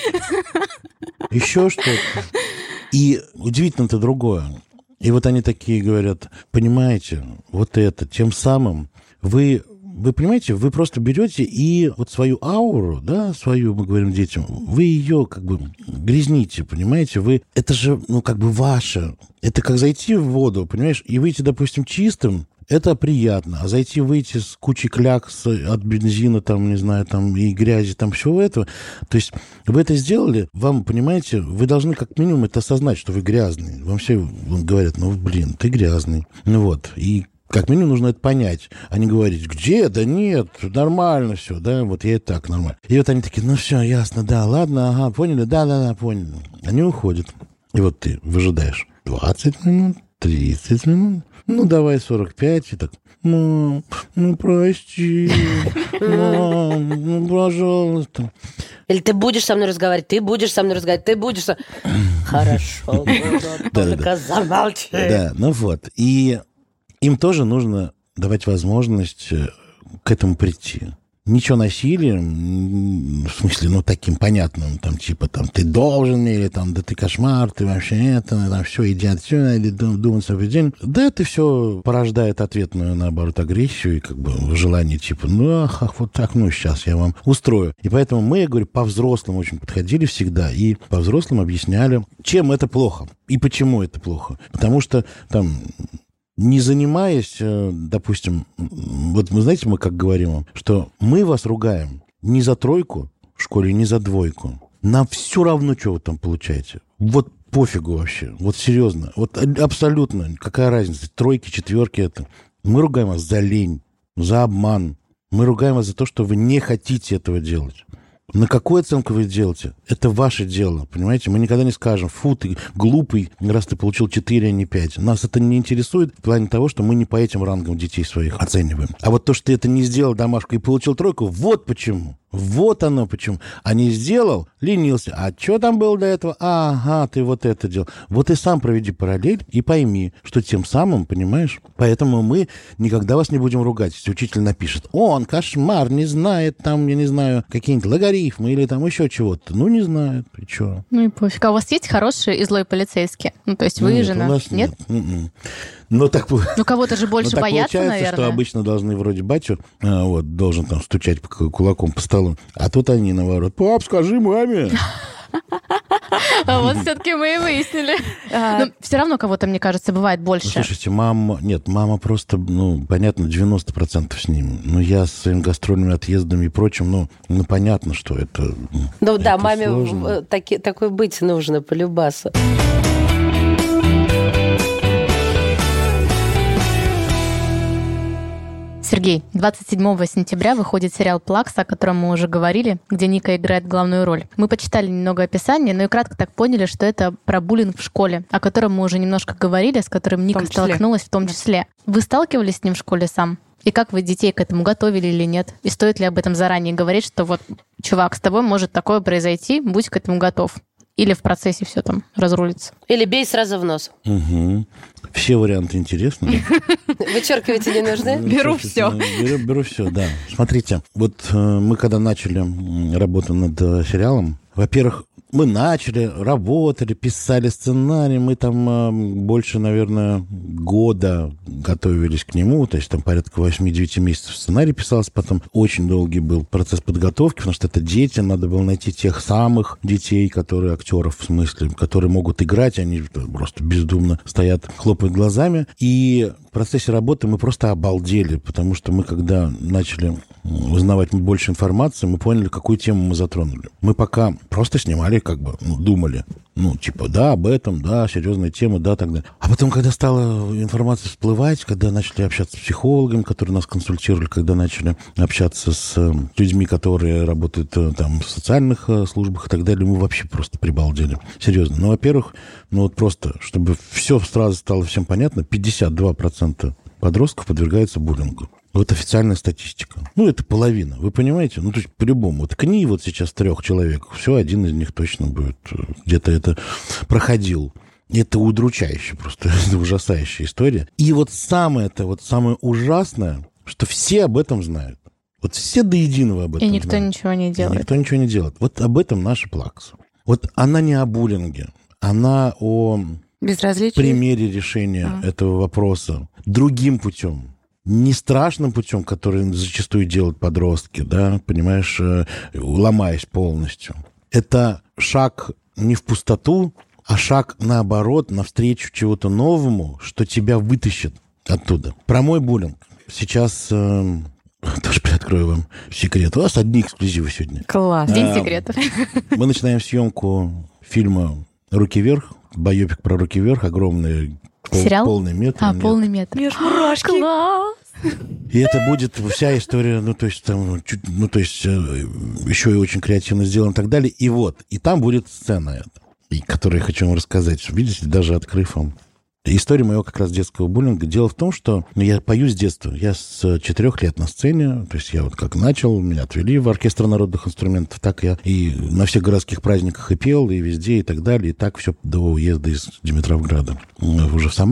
Еще что-то. И удивительно-то другое. И вот они такие говорят, понимаете, вот это, тем самым вы, вы понимаете, вы просто берете и вот свою ауру, да, свою, мы говорим детям, вы ее как бы грязните, понимаете, вы, это же, ну, как бы ваше. Это как зайти в воду, понимаешь, и выйти, допустим, чистым, это приятно. А зайти, выйти с кучей клякс от бензина, там, не знаю, там, и грязи, там, всего этого. То есть вы это сделали, вам, понимаете, вы должны как минимум это осознать, что вы грязный. Вам все говорят, ну, блин, ты грязный. Ну вот, и как минимум нужно это понять, а не говорить, где? Да нет, нормально все, да, вот я и так нормально. И вот они такие, ну все, ясно, да, ладно, ага, поняли, да-да-да, поняли. Они уходят. И вот ты выжидаешь двадцать минут, тридцать минут, ну, давай сорок пять, и так, мам, ну, прости, мам, ну, пожалуйста. Или ты будешь со мной разговаривать, ты будешь со мной разговаривать, ты будешь со... Хорошо, только замолчи. Да, ну вот. И им тоже нужно давать возможность к этому прийти. Ничего насилием, в смысле, ну, таким понятным, там, типа, там, ты должен, или там, да ты кошмар, ты вообще это, там, все, иди отсюда, иди думать свой день. Да, это все порождает ответную, наоборот, агрессию и, как бы, желание, типа, ну, ах, ах, вот так, ну, сейчас я вам устрою. И поэтому мы, я говорю, по-взрослому очень подходили всегда и по-взрослому объясняли, чем это плохо и почему это плохо. Потому что, там, не занимаясь, допустим, вот вы знаете, мы как говорим, что мы вас ругаем не за тройку в школе, не за двойку. Нам все равно, что вы там получаете. Вот пофигу вообще. Вот серьезно. Вот абсолютно. Какая разница? Тройки, четверки это. Мы ругаем вас за лень, за обман. Мы ругаем вас за то, что вы не хотите этого делать. На какую оценку вы делаете? Это ваше дело, понимаете? Мы никогда не скажем, фу, ты глупый, раз ты получил четыре, а не пять. Нас это не интересует в плане того, что мы не по этим рангам детей своих оцениваем. А вот то, что ты это не сделал домашку и получил тройку, вот почему. Вот оно почему. А не сделал, ленился. А что там было до этого? Ага, ты вот это делал. Вот и сам проведи параллель и пойми, что тем самым, понимаешь? Поэтому мы никогда вас не будем ругать. Если учитель напишет, он кошмар, не знает там, я не знаю, какие-нибудь логарифмы или там еще чего-то. Ну, не знает. И что? Ну и пофиг. А у вас есть хорошие и злой полицейские? Ну, то есть вы нет, жена? У нас нет? нет? Но так, ну, кого-то же больше но боятся, так наверное. Что обычно должны вроде батю, а, вот, должен там стучать кулаком по столу. А тут они, наоборот, пап, скажи маме. А вот все-таки мы и выяснили. Но все равно кого-то, мне кажется, бывает больше. Слушайте, мама... Нет, мама просто, ну, понятно, девяносто процентов с ним. Ну, я с своими гастрольными отъездами и прочим, ну, ну понятно, что это... Ну, да, маме такой быть нужно, полюбасу. Сергей, двадцать седьмого сентября выходит сериал «Плакса», о котором мы уже говорили, где Ника играет главную роль. Мы почитали немного описания, но и кратко так поняли, что это про буллинг в школе, о котором мы уже немножко говорили, с которым Ника столкнулась в том числе. Вы сталкивались с ним в школе сам? И как вы детей к этому готовили или нет? И стоит ли об этом заранее говорить, что вот, чувак, с тобой может такое произойти, будь к этому готов? Или в процессе все там разрулится? Или бей сразу в нос. Угу. Все варианты интересны. Вычеркивайте не нужны? Беру все. Беру, беру все, да. Смотрите, вот э, мы когда начали работу над э, сериалом, во-первых, мы начали, работали, писали сценарий, мы там э, больше, наверное, года готовились к нему, то есть там порядка восемь-девять месяцев сценарий писался, потом очень долгий был процесс подготовки, потому что это дети, надо было найти тех самых детей, которые, актеров в смысле, которые могут играть, они просто бездумно стоят, хлопают глазами, и в процессе работы мы просто обалдели, потому что мы, когда начали узнавать больше информации, мы поняли, какую тему мы затронули. Мы пока просто снимали, как бы, ну, думали, ну, типа, да, об этом, да, серьезная тема, да, так далее. А потом, когда стала информация всплывать, когда начали общаться с психологами, которые нас консультировали, когда начали общаться с людьми, которые работают там в социальных службах и так далее, мы вообще просто прибалдели. Серьезно. Ну, во-первых, ну, вот просто, чтобы все сразу стало всем понятно, пятьдесят два процента подростков подвергаются буллингу. Вот официальная статистика. Ну, это половина. Вы понимаете? Ну, то есть, по-любому. Вот ткни вот сейчас трех человек. Все, один из них точно будет где-то это проходил. Это удручающе просто. Это ужасающая история. И вот самое-то, вот самое ужасное, что все об этом знают. Вот все до единого об этом И никто знают. ничего не делает. И никто ничего не делает. Вот об этом наша Плакса. Вот она не о буллинге. Она о примере решения а. этого вопроса другим путем. Не страшным путем, который зачастую делают подростки, да, понимаешь, ломаясь полностью. Это шаг не в пустоту, а шаг, наоборот, навстречу чего-то новому, что тебя вытащит оттуда. Про мой буллинг. Сейчас э, тоже приоткрою вам секрет. У нас одни эксклюзивы сегодня. Класс. День секретов. Мы начинаем съемку фильма «Руки вверх», байопик про «Руки вверх», огромный сериал? Полный метр. А, нет. полный метр. Мне аж мурашки. Класс! И это будет вся история, ну, то есть, там, чуть, ну, то есть, еще и очень креативно сделано и так далее. И вот, и там будет сцена эта, и, которую я хочу вам рассказать. Видите, даже открыв вам. История моего как раз детского буллинга. Дело в том, что ну, я пою с детства. Я с четырех лет на сцене. То есть я вот как начал, меня отвели в оркестр народных инструментов. Так я и на всех городских праздниках и пел, и везде, и так далее. И так все до уезда из Димитровграда уже в Самару.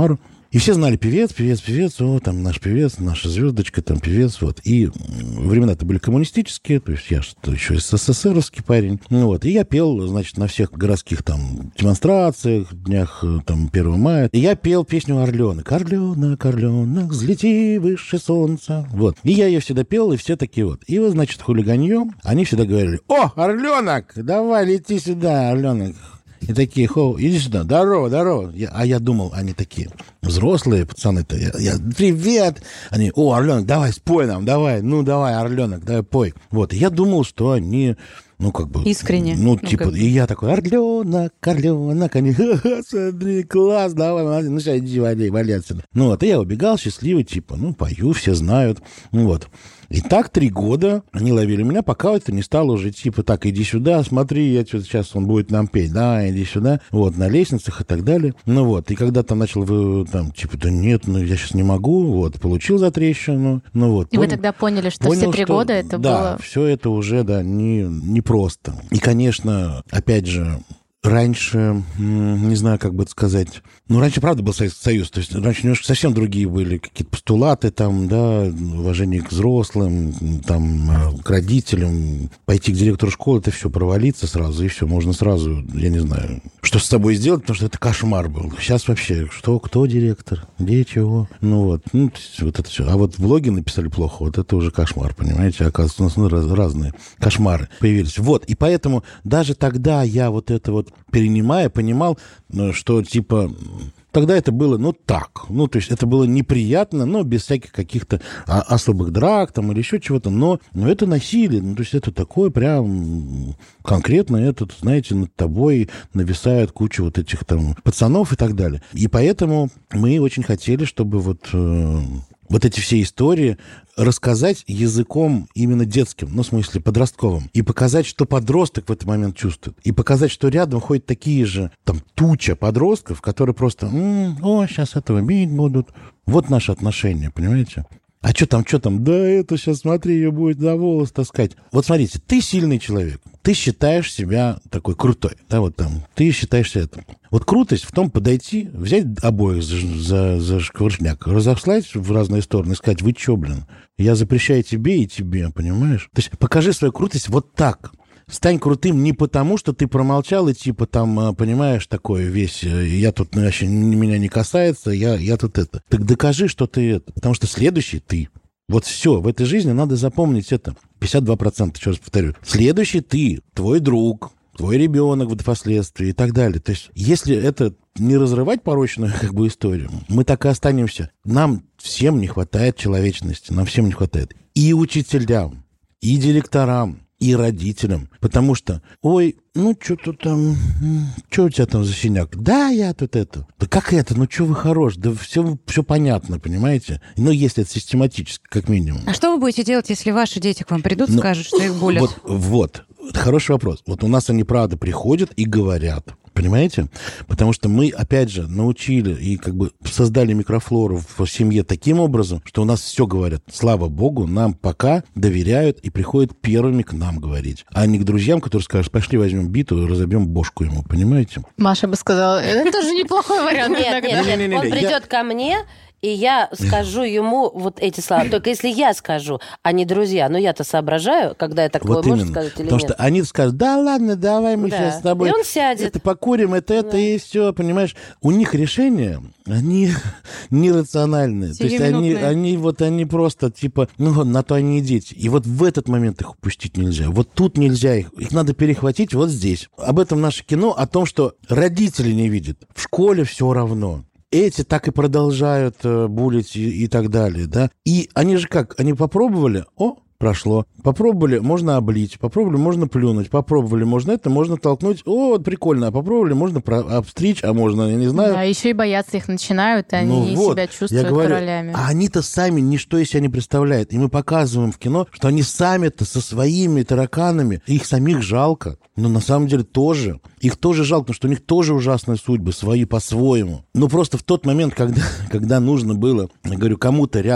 И все знали певец, певец, певец, о, там наш певец, наша звездочка, там певец, вот. И времена-то были коммунистические, то есть я что еще СССРовский парень, ну вот. И я пел, значит, на всех городских там демонстрациях, днях там первого мая. И я пел песню «Орленок». «Орленок, орленок, взлети выше солнца». Вот. И я ее всегда пел, и все такие вот. И вот, значит, хулиганье, они всегда говорили: «О, орленок, давай лети сюда, орленок». И такие: «Хо, иди сюда, здорово, здорово». Я, а я думал, они такие взрослые пацаны-то. Я, я: «Привет». Они: «О, орленок, давай, спой нам, давай, ну давай, орленок, давай, пой». Вот, и я думал, что они... Ну, как бы... Искренне. Ну, типа, ну, как... и я такой: «Орленок, орленок». Они: «Ха-ха, смотри, класс, давай, молодец, ну, сейчас иди, валяй, валяй отсюда». Ну, вот, и я убегал счастливый, типа, ну, пою, все знают, ну, вот. И так три года они ловили меня, пока это не стало уже, типа, так, иди сюда, смотри, я что-то сейчас он будет нам петь, да, иди сюда, вот, на лестницах и так далее. Ну, вот, и когда там начал, вы, там, типа, да нет, ну, я сейчас не могу, вот, получил затрещину, ну, вот. И понял, вы тогда поняли, что понял, все три что, года это да, было... Да, все это уже, да, не, не просто. И, конечно, опять же, раньше, не знаю, как бы это сказать, ну, раньше, правда, был Советский Союз, то есть раньше немножко совсем другие были какие-то постулаты, там, да, уважение к взрослым, там, к родителям, пойти к директору школы, это все провалиться сразу, и все, можно сразу, я не знаю, что с собой сделать, потому что это кошмар был. Сейчас вообще, что, кто директор, где, чего, ну, вот, ну, вот это все. А вот в блоге написали плохо, вот это уже кошмар, понимаете, оказывается, у нас ну, раз, разные кошмары появились. Вот, и поэтому даже тогда я вот это вот перенимая, понимал, что, типа, тогда это было, ну, так. Ну, то есть это было неприятно, но без всяких каких-то особых драк там или еще чего-то. Но, но это насилие. Ну, то есть это такое прям конкретно, это, знаете, над тобой нависает куча вот этих там пацанов и так далее. И поэтому мы очень хотели, чтобы вот... Э, вот эти все истории рассказать языком именно детским, ну, в смысле, подростковым, и показать, что подросток в этот момент чувствует, и показать, что рядом ходят такие же, там, туча подростков, которые просто: «М-м, о, сейчас этого бить будут». Вот наши отношения, понимаете? А что там, что там? Да это сейчас, смотри, ее будет за волос таскать. Вот смотрите, ты сильный человек, ты считаешь себя такой крутой, да, вот там, ты считаешь себя это. Вот крутость в том подойти, взять обоих за, за, за шкваршняк, разослать в разные стороны и сказать: «Вы чё, блин, я запрещаю тебе и тебе», понимаешь? То есть покажи свою крутость вот так. Стань крутым не потому, что ты промолчал и типа там, понимаешь, такое весь, я тут, ну, вообще меня не касается, я, я тут это. Так докажи, что ты это, потому что следующий ты. Вот все, в этой жизни надо запомнить это. пятьдесят два процента, еще раз повторю. Следующий ты, твой друг, твой ребенок впоследствии и так далее. То есть если это не разрывать порочную как бы историю, мы так и останемся. Нам всем не хватает человечности, нам всем не хватает. И учителям, и директорам, и родителям. Потому что: ой, ну, что-то там, что у тебя там за синяк? Да, я тут это. Да как это? Ну, что вы хорош? Да все, все понятно, понимаете? Ну, если это систематически, как минимум. А что вы будете делать, если ваши дети к вам придут и ну, скажут, что их булят? Вот, вот. Хороший вопрос. Вот у нас они, правда, приходят и говорят. Понимаете? Потому что мы, опять же, научили и как бы создали микрофлору в семье таким образом, что у нас все говорят. Слава богу, нам пока доверяют и приходят первыми к нам говорить. А не к друзьям, которые скажут: пошли возьмем биту и разобьем бошку ему. Понимаете? Маша бы сказала: это тоже неплохой вариант. Нет, нет, нет. Он придет ко мне, и я скажу ему вот эти слова. Только если я скажу, а не друзья. Но я-то соображаю, когда я такое, вот можно именно. сказать или Потому нет. Потому что они скажут: да ладно, давай мы да. сейчас с тобой... И он сядет. Это покурим, это, это, да. И все, понимаешь? У них решения, они нерациональные. То есть они, они вот, они просто, типа, ну, на то они и дети. И вот в этот момент их упустить нельзя. Вот тут нельзя их. Их надо перехватить вот здесь. Об этом наше кино, о том, что родители не видят. В школе все равно. Эти так и продолжают э, булить и, и так далее, да. И они же как? Они попробовали, о, прошло. Попробовали, можно облить. Попробовали, можно плюнуть. Попробовали, можно это, можно толкнуть. О, вот прикольно. А попробовали, можно про- обстричь, а можно, я не знаю. Да, еще и бояться их начинают, и они ну, вот, себя чувствуют я говорю, королями. А они-то сами ничто из себя не представляют. И мы показываем в кино, что они сами-то со своими тараканами, их самих жалко. Но на самом деле тоже. Их тоже жалко, потому что у них тоже ужасные судьбы, свои по-своему. Но просто в тот момент, когда, когда нужно было, я говорю, кому-то рядом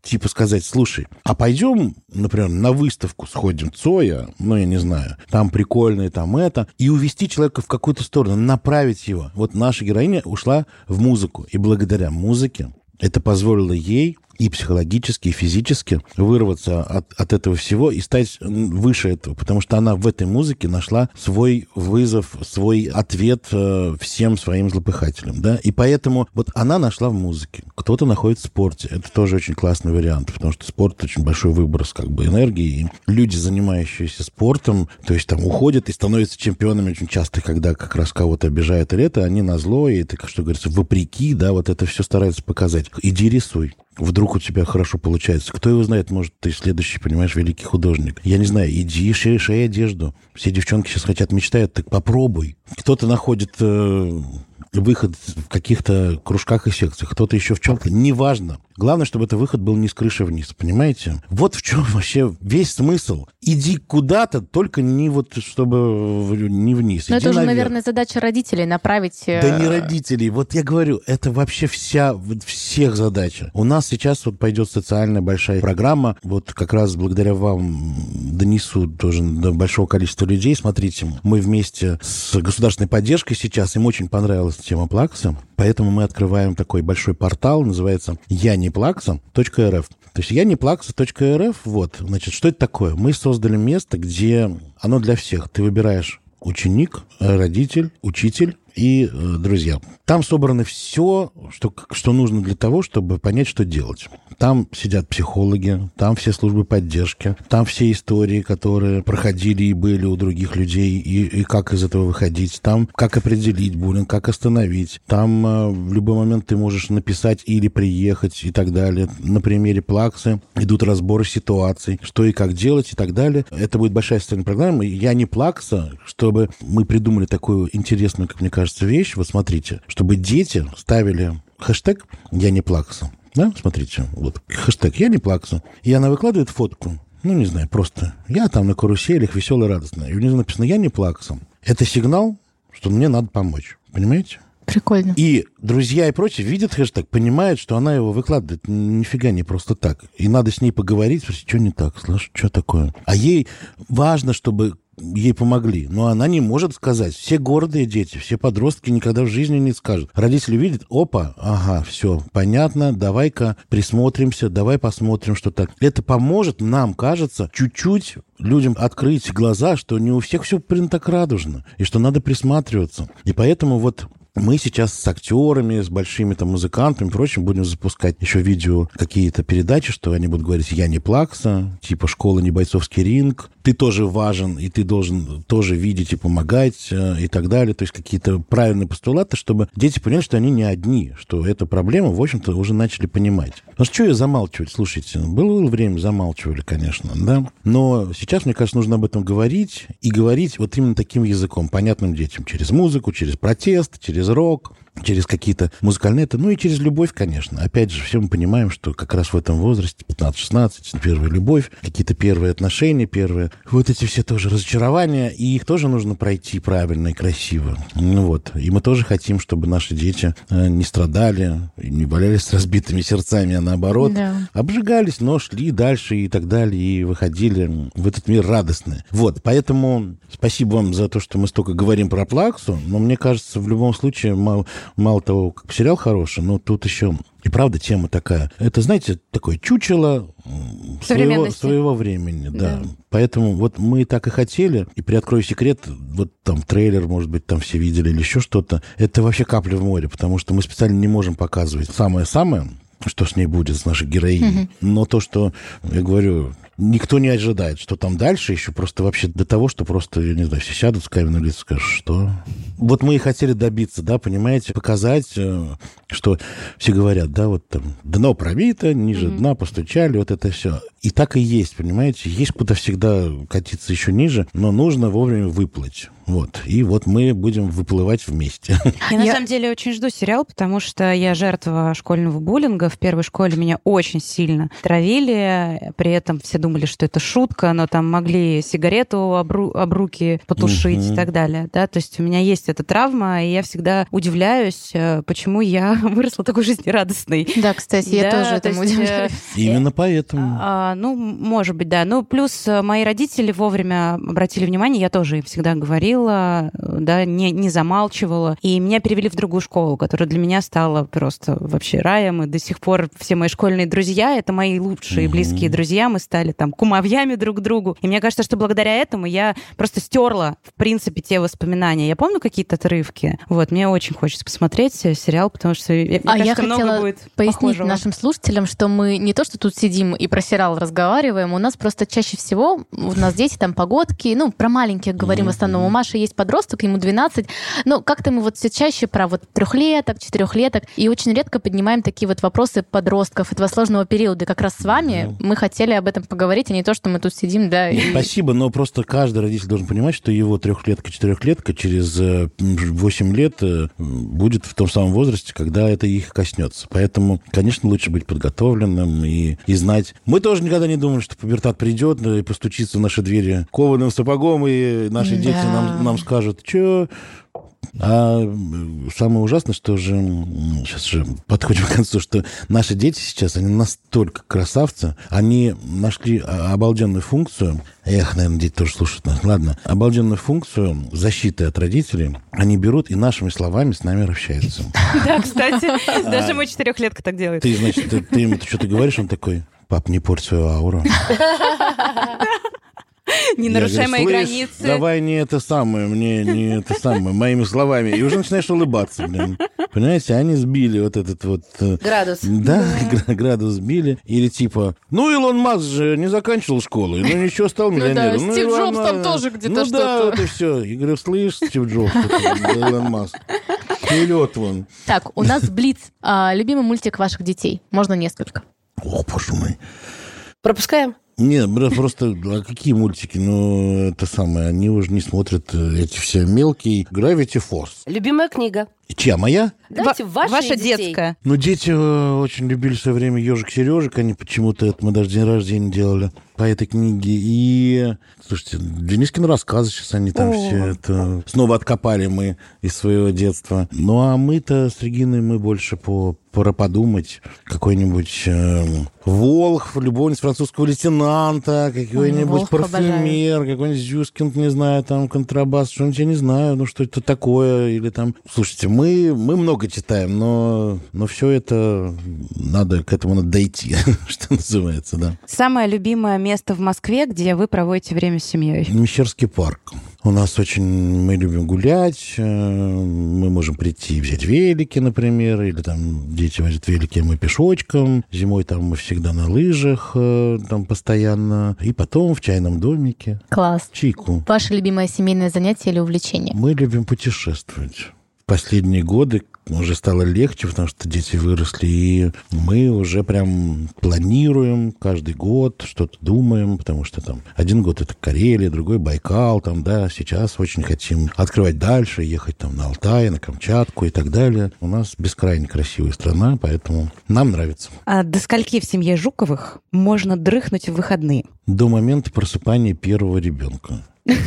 типа сказать, слушай, а пойдем, например, на выставку сходим Цоя, ну, я не знаю, там прикольное, там это, и увести человека в какую-то сторону, направить его. Вот наша героиня ушла в музыку, и благодаря музыке это позволило ей и психологически, и физически вырваться от, от этого всего и стать выше этого, потому что она в этой музыке нашла свой вызов, свой ответ э, всем своим злопыхателям, да, и поэтому вот она нашла в музыке. Кто-то находит в спорте. Это тоже очень классный вариант, потому что спорт — очень большой выброс как бы энергии, и люди, занимающиеся спортом, то есть там уходят и становятся чемпионами очень часто, когда как раз кого-то обижает или это, они назло, и это, что говорится, вопреки, да, вот это все стараются показать. Иди рисуй. Вдруг у тебя хорошо получается. Кто его знает, может, ты следующий, понимаешь, великий художник. Я не знаю, иди, шей, шей одежду. Все девчонки сейчас хотят, мечтают, так попробуй. Кто-то находит э, выход в каких-то кружках и секциях, кто-то еще в чем-то. Неважно. Главное, чтобы этот выход был не с крыши вниз, понимаете? Вот в чем вообще весь смысл. Иди куда-то, только не вот, чтобы не вниз. Но Иди это же, наверх. наверное, задача родителей направить... Да не родителей. Вот я говорю, это вообще вся, вот всех задача. У нас сейчас вот пойдет социальная большая программа. Вот как раз благодаря вам донесу тоже до большого количества людей. Смотрите, мы вместе с государственной поддержкой сейчас, им очень понравилась тема Плакса, поэтому мы открываем такой большой портал, называется я не плакса точка эр эф. То есть я не плакса точка эр эф, вот, значит, что это такое? Мы создали место, где оно для всех. Ты выбираешь ученик, родитель, учитель и э, друзья. Там собрано все, что, что нужно для того, чтобы понять, что делать. Там сидят психологи, там все службы поддержки, там все истории, которые проходили и были у других людей, и, и как из этого выходить. Там как определить буллинг, как остановить. Там э, в любой момент ты можешь написать или приехать и так далее. На примере Плаксы идут разборы ситуаций, что и как делать и так далее. Это будет большая социальная программа. Я не Плакса, чтобы мы придумали такую интересную, как мне кажется, вещь. Вот смотрите, чтобы дети ставили хэштег «Я не Плакса». Да, смотрите, вот хэштег «Я не Плакса». И она выкладывает фотку, ну, не знаю, просто я там на каруселях, веселая, радостная. И внизу написано «Я не Плакса». Это сигнал, что мне надо помочь. Понимаете? Прикольно. И друзья и прочие видят хэштег, понимают, что она его выкладывает нифига не просто так. И надо с ней поговорить, спросить, что не так, слышь, что такое. А ей важно, чтобы ей помогли. Но она не может сказать. Все гордые дети, все подростки никогда в жизни не скажут. Родители видят, опа, ага, все, понятно, давай-ка присмотримся, давай посмотрим, что так. Это поможет, нам кажется, чуть-чуть людям открыть глаза, что не у всех все, блин, так радужно, и что надо присматриваться. И поэтому вот мы сейчас с актерами, с большими там музыкантами и прочим будем запускать еще видео, какие-то передачи, что они будут говорить «Я не Плакса», типа «Школа не бойцовский ринг», ты тоже важен, и ты должен тоже видеть и помогать, и так далее. То есть какие-то правильные постулаты, чтобы дети поняли, что они не одни, что эту проблему, в общем-то, уже начали понимать. Ну что ее замалчивать? Слушайте, было время, замалчивали, конечно, да? Но сейчас, мне кажется, нужно об этом говорить, и говорить вот именно таким языком, понятным детям, через музыку, через протест, через рок, через какие-то музыкальные, ну и через любовь, конечно. Опять же, все мы понимаем, что как раз в этом возрасте, пятнадцать-шестнадцать, первая любовь, какие-то первые отношения, первые, вот эти все тоже разочарования, и их тоже нужно пройти правильно и красиво. Ну вот. И мы тоже хотим, чтобы наши дети э, не страдали, не валялись с разбитыми сердцами, а наоборот, да. обжигались, но шли дальше и так далее, и выходили в этот мир радостные. Вот. Поэтому спасибо вам за то, что мы столько говорим про Плаксу, но мне кажется, в любом случае, мало, мало того, как сериал хороший, но тут еще и правда тема такая. Это, знаете, такое чучело своего, своего времени. Да. Да. Поэтому вот мы так и хотели. И приоткрою секрет, вот там трейлер, может быть, там все видели или еще что-то. Это вообще капля в море, потому что мы специально не можем показывать самое-самое, что с ней будет, с нашей героиней. Mm-hmm. Но то, что, я говорю, никто не ожидает, что там дальше еще просто вообще до того, что просто, я не знаю, все сядут с каменным лицом и скажут, что... Вот мы и хотели добиться, да, понимаете, показать, что все говорят, да, вот там дно пробито, ниже mm-hmm. дна постучали, вот это все. И так и есть, понимаете, есть куда всегда катиться еще ниже, но нужно вовремя выплыть. Вот. И вот мы будем выплывать вместе. Я, на самом деле, очень жду сериал, потому что я жертва школьного буллинга. В первой школе меня очень сильно травили. При этом все думали, что это шутка, но там могли сигарету об, ру- об руки потушить mm-hmm. и так далее. Да? То есть у меня есть эта травма, и я всегда удивляюсь, почему я выросла такой жизнерадостной. Да, кстати, я да, тоже этому то есть, удивляюсь. Именно поэтому. А, ну, может быть, да. Ну, плюс мои родители вовремя обратили внимание, я тоже им всегда говорила, да, не, не замалчивала. И меня перевели в другую школу, которая для меня стала просто вообще раем. И до сих пор все мои школьные друзья — это мои лучшие mm-hmm. близкие друзья. Мы стали там кумовьями друг к другу. И мне кажется, что благодаря этому я просто стерла, в принципе, те воспоминания. Я помню какие-то отрывки. Вот, мне очень хочется посмотреть сериал, потому что, мне а кажется, я хотела много будет пояснить похожего. Нашим слушателям, что мы не то, что тут сидим и про сериал разговариваем, у нас просто чаще всего, у нас дети там погодки, ну, про маленьких говорим mm-hmm. в основном. У Маши есть подросток, ему двенадцать, но как-то мы вот все чаще про вот трехлеток, четырехлеток, и очень редко поднимаем такие вот вопросы подростков, этого сложного периода. И как раз с вами mm-hmm. мы хотели об этом поговорить, а не то, что мы тут сидим, да. И... Спасибо, но просто каждый родитель должен понимать, что его трехлетка, четырехлетка через восемь лет будет в том самом возрасте, когда это их коснется. Поэтому, конечно, лучше быть подготовленным и, и знать. Мы тоже никогда не думали, что пубертат придет и постучится в наши двери кованым сапогом, и наши да. дети нам, нам скажут, что... А самое ужасное, что же сейчас же подходим к концу, что наши дети сейчас, они настолько красавцы, они нашли обалденную функцию, эх, наверное, дети тоже слушают нас, ладно, обалденную функцию защиты от родителей, они берут и нашими словами с нами общаются. Да, кстати, даже мой четырехлетка так делает. Ты, значит, ты ему что-то говоришь, он такой, пап, не порть свою ауру. Не нарушай мои границы. Давай не это самое, мне не это самое, моими словами. И уже начинаешь улыбаться, блин. Понимаете, они сбили вот этот вот... Градус. Да, да. градус сбили. Или типа, ну, Илон Маск же не заканчивал школу, ну, ничего, стал миллионером. Ну, да, ну, Стив Илон, Джобс там тоже где-то ну, что-то. Ну, да, вот и все. Я говорю, слышь, Стив Джобс, Илон Маск. Вперед вон. Так, у нас Блиц. А, любимый мультик ваших детей? Можно несколько. О, боже мой. Пропускаем? Нет, просто, а какие мультики? Ну, это самое, они уже не смотрят эти все мелкие. Gravity Force. Любимая книга. Чья, моя? Давайте Ва- ваша детская. Ну, дети очень любили в свое время «Ежик-сережек», они почему-то, это мы даже день рождения делали по этой книге. И, слушайте, Денискины рассказы сейчас они там О. все это... Снова откопали мы из своего детства. Ну, а мы-то с Региной мы больше по пора подумать. Какой-нибудь э, Волх, любовница французского лейтенанта, какой-нибудь парфюмер, какой-нибудь Зюскин, не знаю, там, контрабас, что-нибудь, я не знаю, ну, что это такое, или там... Слушайте, мы, мы много читаем, но, но все это надо, к этому надо дойти, что называется, да. Самое любимое место в Москве, где вы проводите время с семьей? Мещерский парк. У нас очень... Мы любим гулять, мы можем прийти и взять велики, например, или там дети возят велики, а мы пешочком. Зимой там мы всегда на лыжах, там постоянно. И потом в чайном домике. Класс. Чайку. Ваше любимое семейное занятие или увлечение? Мы любим путешествовать. В последние годы уже стало легче, потому что дети выросли, и мы уже прям планируем каждый год, что-то думаем, потому что там один год это Карелия, другой Байкал, там, да, сейчас очень хотим открывать дальше, ехать там на Алтай, на Камчатку и так далее. У нас бескрайне красивая страна, поэтому нам нравится. А до скольки в семье Жуковых можно дрыхнуть в выходные? До момента просыпания первого ребенка.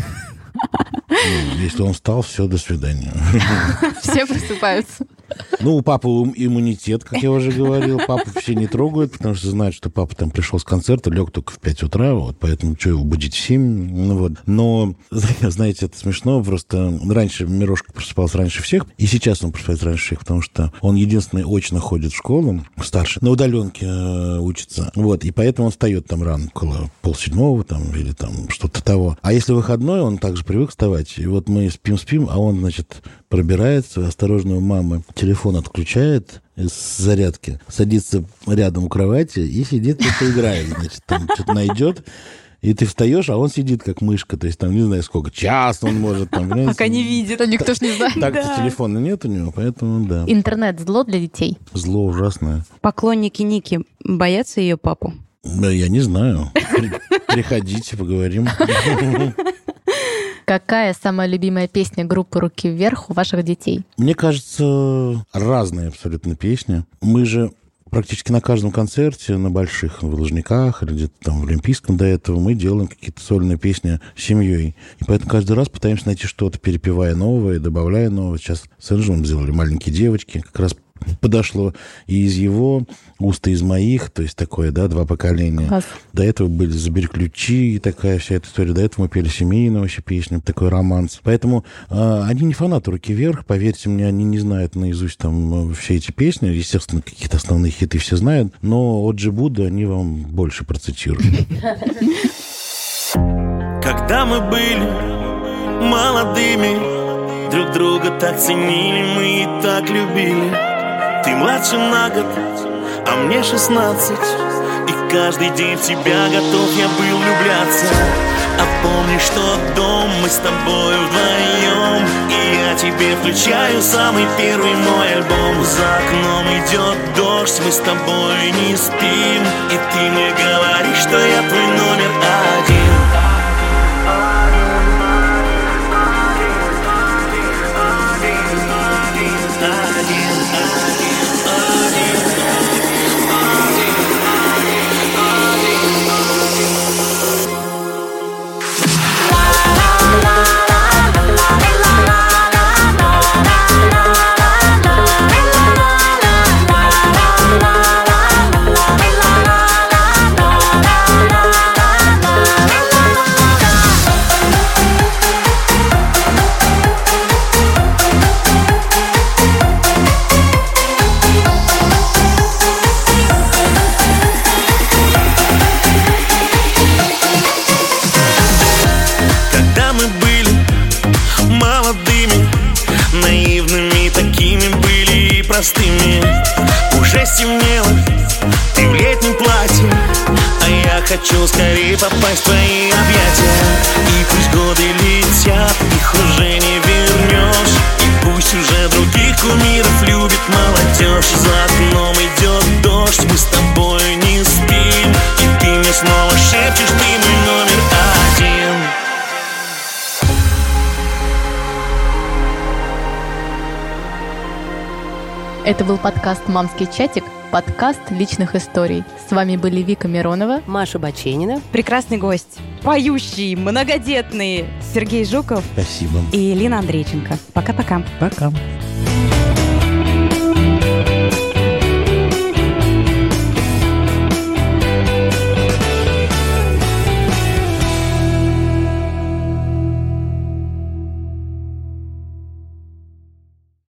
Если он встал, все, до свидания. Все просыпаются. Ну, у папы иммунитет, как я уже говорил. Папу все не трогают, потому что знают, что папа там пришел с концерта, лег только в пять утра, вот, поэтому что его будить в семь, ну вот. Но, знаете, это смешно, просто раньше Мирошка просыпался раньше всех, и сейчас он просыпается раньше всех, потому что он единственный очно ходит в школу, старший, на удаленке э, учится, вот, и поэтому он встает там рано, около полседьмого там, или там что-то того. А если выходной, он также привык вставать, и вот мы спим-спим, а он, значит, пробирается, осторожно у мамы телефон отключает с зарядки, садится рядом у кровати и сидит, и играет, значит, там что-то найдет, и ты встаешь, а он сидит как мышка, то есть там не знаю сколько, час он может там, понимаете? Пока не видит. А никто ж не знает. Так-то да. Телефона нет у него, поэтому да. Интернет зло для детей? Зло ужасное. Поклонники Ники боятся ее папу? Да, я не знаю. Приходите, поговорим. Какая самая любимая песня группы «Руки вверх» у ваших детей? Мне кажется, разные абсолютно песни. Мы же практически на каждом концерте, на больших, в Лужниках или где-то там в Олимпийском до этого, мы делаем какие-то сольные песни с семьей. И поэтому каждый раз пытаемся найти что-то, перепевая новое, добавляя новое. Сейчас с Энджелом сделали «Маленькие девочки», как раз подошло и из его уст, и из моих, то есть такое, да, два поколения. Класс. До этого были «Забери ключи», и такая вся эта история. До этого мы пели семейную вообще песню, такой романс. Поэтому э, они не фанаты «Руки вверх», поверьте мне, они не знают наизусть там все эти песни. Естественно, какие-то основные хиты все знают, но от Джибуда они вам больше процитируют. Когда мы были молодыми, друг друга так ценили, мы и так любили. Ты младше на год, а мне шестнадцать, и каждый день в тебя готов я был влюбляться. А помнишь тот дом, мы с тобой вдвоем, и я тебе включаю самый первый мой альбом. За окном идет дождь, мы с тобой не спим, и ты мне говоришь, что я твой номер один. Простыми. Уже стемнело, ты в летнем платье, а я хочу скорее попасть в твои объятия. И пусть годы летят, их уже не вернешь, и пусть уже других кумиров любит молодежь. За окном идет дождь, мы с тобой не спим, и ты мне снова шепчешь, ты мой номер один. Это был подкаст «Мамский чатик», подкаст личных историй. С вами были Вика Миронова, Маша Баченина, прекрасный гость, поющий, многодетный Сергей Жуков. Спасибо. И Лина Андрейченко. Пока-пока. Пока.